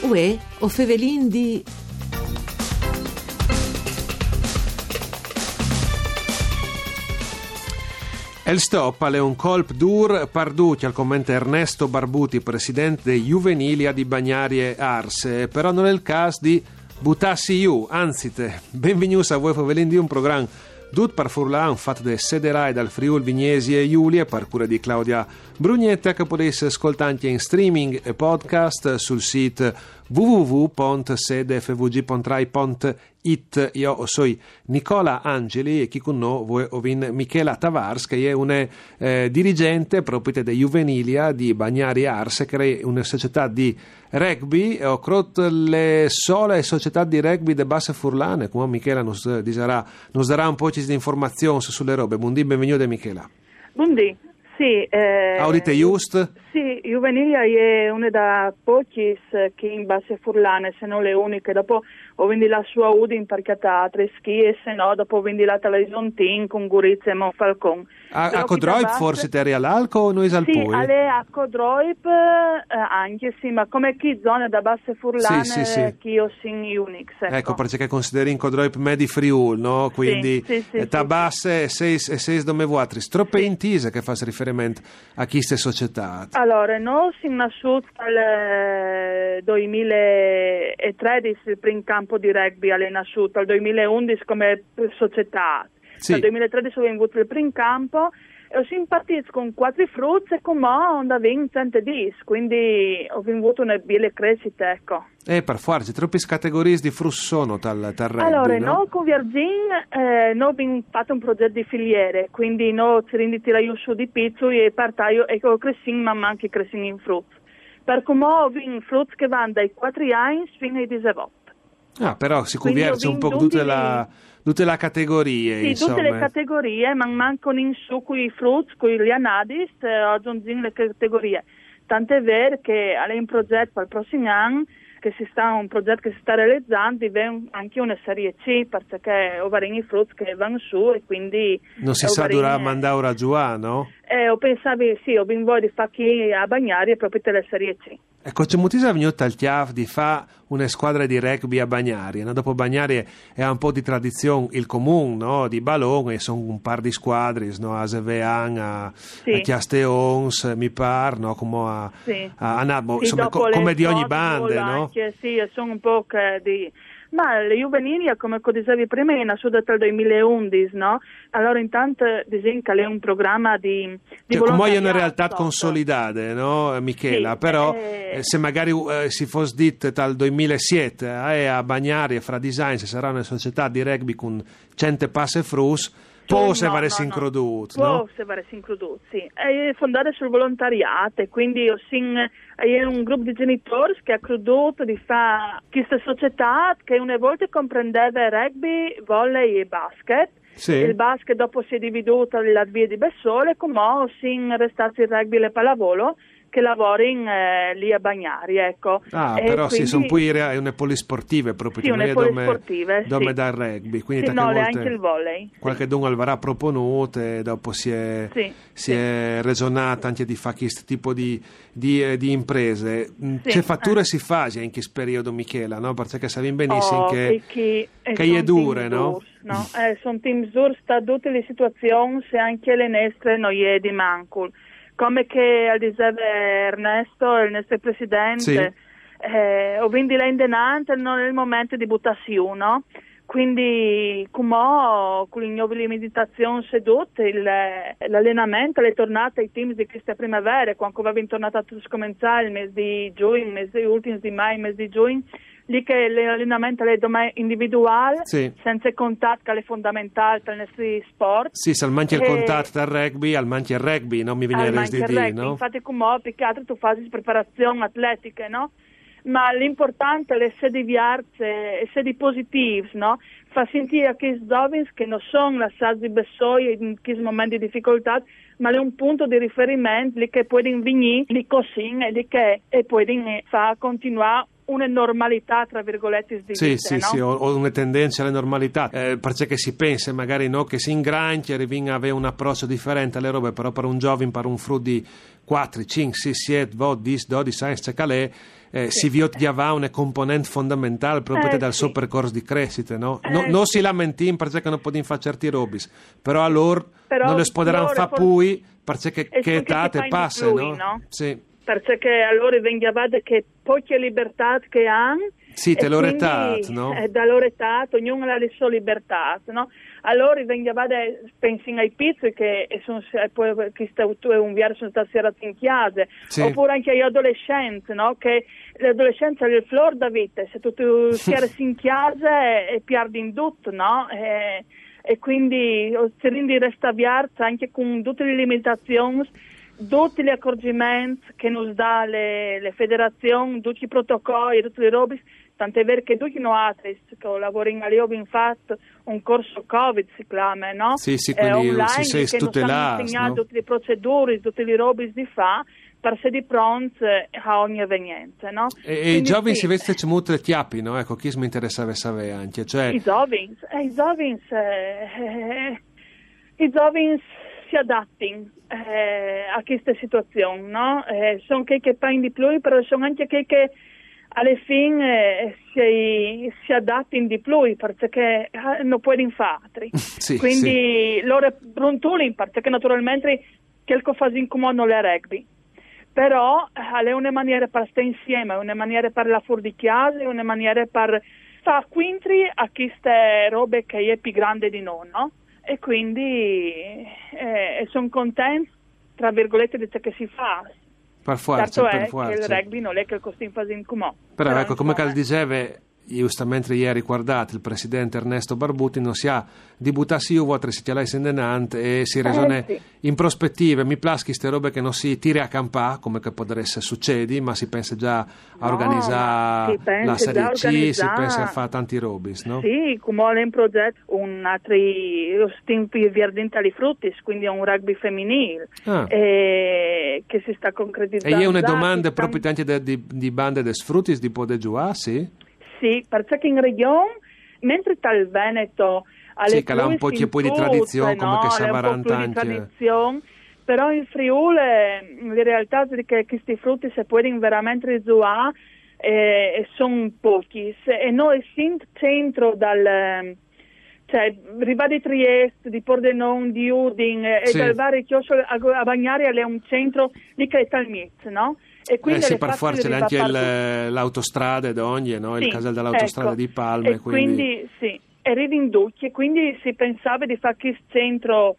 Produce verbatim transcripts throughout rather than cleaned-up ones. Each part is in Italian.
Uè, o fevelin di... El stop è un colp dur parduti al commento Ernesto Barbuti, presidente dei Juvenilia di Bagnarie Arse, però non è il caso di buttassi iu, anzi te, benvenuti a voi fevelin di un programma Dut par furlan fatto da Sederai dal Friul Vignesi e Giulia, per cura di Claudia Brugnetta, che potete ascoltare in streaming e podcast sul sito w w w punto sedefvg punto rai punto it. Io sono Nicola Angeli e chi con noi voi ovin Michela Tavars, che è una eh, dirigente proprio di Juvenilia di Bagnarie Arse, che è una società di rugby, ho crot le sole società di rugby de Basse Furlane, come Michela nos disarà, nos darà un po' di informazioni sulle robe. Buondì, benvenuta Michela. Buondì, sì. Eh, Audite just? Sì, Juvenilia è una da pochi che in Basse Furlane, se non le uniche. Dopo ho venduto la sua Udi in parcata a Treschi e se no dopo ho venduto la Talesontin con Gurizia e Monfalcon. A, a Codroip forse te all'alco o noi al sì, poi? alle a Codroip eh, anche sì, ma come chi zone da Basse Furlane sì, sì, sì. che io sin Unix. Ecco, ecco perché consideri in Codroip Medi Friul, no? Quindi sì, sì, sì, Tabasse e sei e sei dove vuotri. Troppe sì. intese che fa riferimento a chi ste società. Allora, noi siamo nasciuti nel duemilatredici, il primo campo di rugby è nasciuto, nel duemilaundici come società. Sì. Nel duemilatredici abbiamo avuto il primo campo e ho simpatizzato con quattro frutti e con me non avevo cento dis, quindi ho avuto una bella crescita, ecco. E per farci, troppe categorie di frutti sono tal, tal rugby, allora, no? noi con Virgin eh, noi abbiamo fatto un progetto di filiere, quindi noi ci rendiamo su di pizzo e partaio e cresciamo, ma anche cresciamo in frutti. Per come ho avuto frutti che vanno dai quattro anni fino ai diciotto. Ah, però si convierte un po' tutte la, tutte le categorie, sì, insomma. tutte le categorie, ma mancano in su con i frutti, con i lianadis, eh, aggiungiamo le categorie. Tant'è vero che è un progetto per il prossimo anno, che si sta, un progetto che si sta realizzando, diventa anche una serie C, perché ho vari frutti che vanno su e quindi... Non si sa dove mandare ora giù, no? Eh, ho pensato, sì, ho ben voglia di fare chi a Bagnarie proprio per la serie C. Ecco, c'è moltissimo venuto al T I A F di fare una squadra di rugby a Bagnarie, no? Dopo Bagnarie è un po' di tradizione il comune, no? Di ballon e sono un par di squadre, no? A Zevean, a, sì. a Chiasteons, mi par, no? Come a, sì. a, a Nabo, sì, insomma, co- come di ogni banda, no? Anche, sì, sono un po' che di... Ma le Juvenilia, come dicevi prima, è nasciuta dal duemilaundici, no? Allora intanto dicono che è un programma di, di cioè, come è una realtà sotto. consolidata, no, Michela? Sì, però eh... se magari eh, si fosse detto dal duemilasette eh, a Bagnarie fra design se sarà una società di rugby con cento passe frus, può se varesse no, incrodotto, no? no? Può se varesse incrodotto, sì. È fondata sul volontariato, quindi è un gruppo di genitori che ha creduto di fare questa società che una volta comprendeva rugby, volley e basket. Sì. Il basket dopo si è dividuto nella via di Bessole, come sono restati il rugby e le pallavolo che lavorano eh, lì a Bagnari, ecco. Ah, e però quindi... sì, sono poi è une polisportive proprio, sì, che non è polisportive, dove, dove sì. dal rugby, quindi sì, no, volte anche il volley. Qualche sì. dunque avrà proponuto e dopo si è, sì, si sì. è ragionato anche di fare questo tipo di, di, di imprese. Sì, Che fatture eh. si fa in questo periodo, Michela, no? Perché sappiamo benissimo oh, che, che, che, che è dure, no? no? Eh, sono team duri, sta tutte le situazioni e anche le nostre non è di mancul. Come che diceva Ernesto, il nostro presidente, sì. eh, ho vinto l'indenante, non è il momento di buttarsi uno. Quindi, come con le nuove meditazioni sedute, il, l'allenamento è tornato ai team di questa primavera, quando avevamo tornato a scomenzare il mese di giugno, il mese ultimo di mai, il mese di giugno, lì che l'allenamento è individuale, sì. senza contatto che è fondamentale per i nostri sport. Sì, se al manchi il contatto dal rugby, al manchi il rugby, non mi viene a dire, no? Infatti come più che altro tu fai preparazioni atletiche, no? Ma l'importante è essere diverse, essere positivi, no? Fa sentire che i giovani che non sono lasciati di bessoie in questi momenti di difficoltà, ma è un punto di riferimento lì che possono venire, lì così, e lì che e possono far continuare una normalità, tra virgolette, di sì, vita, sì, no? sì, o, o una tendenza alla normalità, eh, perché si pensa magari no, che si ingranchia e venga avere un approccio differente alle robe, però per un giovane, per un frutto di quattro, cinque, sei, sette, dodici, dodici anni, c'è calè, eh, sì. si vede che aveva una componente fondamentale proprio eh, dal sì. suo percorso di crescita, no? no Eh, non sì. si lamenti perché non possono fare certi robis, però allora Però non le spoderanno fa for... poi perché che, e che età te passa, lui, no? no? Sì. Perché allora venga a vedere che poche libertà che hanno, sì, te l'ho quindi, retato, no? Eh, da loro età, ognuno ha le sue libertà, no? Allora venga a vedere, pensi ai pizzi che sono, poi questo è un viaggio sono stati serati in chiesa, sì. oppure anche agli adolescenti, no? Che l'adolescenza è il flor da vita, se tu, tu sieres in chiesa e, e perdi in tutto, no? E, e quindi si rende resta viaggio anche con tutte le limitazioni, tutti gli accorgimenti che nos dà le, le federazioni, tutti i protocolli, tutte le robe, tant'è vero che tutti noi altri che lavorano a Leo abbiamo fatto un corso Covid, si chiama, no? Sì, sì, eh, quindi online, si sei che nos hanno insegnato no? tutte le procedure, tutte le robe di fa, per essere di pronte a ogni evenienza, no? E i giovani sì. si vedono molto le chiappi, no? Ecco, chi mi interessava sapere anche, cioè... I giovani, eh, i giovani, eh, i giovani si adattano eh, a questa situazione, no? Eh, sono quelli che pagano di più, però sono anche quelli che alla fine eh, si, si adattano di più perché eh, non possono fare. Sì, quindi sì. loro brontolano perché naturalmente qualche fanno come non le rugby. Però è una maniera per stare insieme, è una maniera per la fuori di casa, è una maniera per fare quintri a queste robe che è più grande di noi, no? E quindi eh, sono contento, tra virgolette, di ciò che si fa. Per forza, certo per è forza. che il rugby non è che costino fare in comò. Però, Però ecco, come insomma... diceva giustamente ieri, guardate, il presidente Ernesto Barbuti non si ha di buttarsi io vuoi si lei e si ragione eh, sì. in prospettiva. Mi plaschi queste robe che non si tiri a campà come che potrebbe succedi, ma si pensa già a no, organizzare la Serie C, organizzare... si pensa a fare tanti robis, no? Sì, come è in progetto un altro stimpi verdente ali frutti, quindi un rugby femminile ah. eh, che si sta concretizzando. E io una domanda proprio sta... anche di, di, di bande des fruttis di poter giocare, sì? Sì, perché in regione, mentre tal Veneto alle sì, che ha un po' più di tradizione, no? come che sa un po' più di tradizione, però in Friuli in realtà che questi frutti si possono veramente giocare eh, sono pochi e noi siamo centro dal cioè Riva di Trieste, di Pordenone, di Udin e sì. dal vari chiosco a, a Bagnari è un centro di che è tal Miz, no? E quindi eh sì, per forza c'è anche il, l'autostrada d'Ogne, no? Sì, il casello dell'autostrada ecco. di Palme. E quindi, quindi sì, era in Ducchi e quindi si pensava di fare questo centro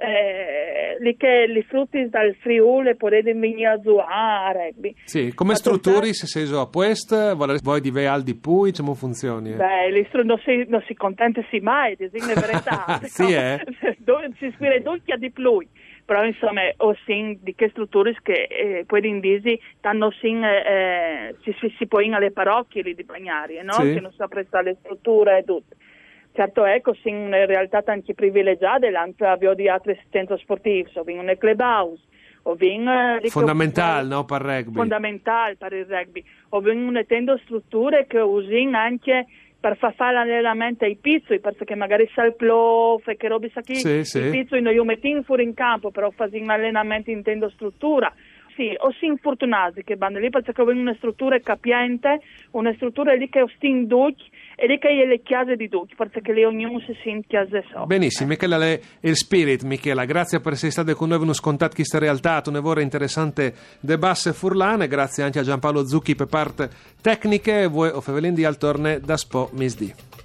eh, lì che i frutti dal Friuli potete venire a giocare. Sì, come strutturi se sei a questo, vuoi di al di poi, come funzioni? Eh? Beh, non si, non si contenta si mai, di dire la verità. Sì, eh? Si scrive Ducchi a di più. Però insomma o sin di che strutture che eh, poi indisi danno sin eh, si, si, si poi alle parrocchie lì di Bagnari, no? Sì. Che non sa prestare le strutture e tutto. Certo ecco sin in realtà tanti privilegiati l'anche avvio di altri centri sportivi, o in un clubhouse o in fondamentale no per il rugby. Fondamentale per il rugby. O in una tendo strutture che usino anche per far fare l'allenamento ai pizzoi, perché magari sa il plof e che robe sa chi, sì, sì. i pizzoi non li mettiamo fuori in campo, però fanno un allenamento intendo struttura. Sì, o si infortunati che vanno lì perché è una struttura capiente, una struttura lì che ostin duc e lì che è le chiese di duc, perché lì ognuno si sente chiese so. Benissimo, Michela, è il spirit, Michela, grazie per essere stata con noi, avendo scontato questa realtà, una ora interessante de basse furlane, grazie anche a Giampaolo Zucchi per parte tecniche, voi o Fevelin di Altorne da Spo Misdi.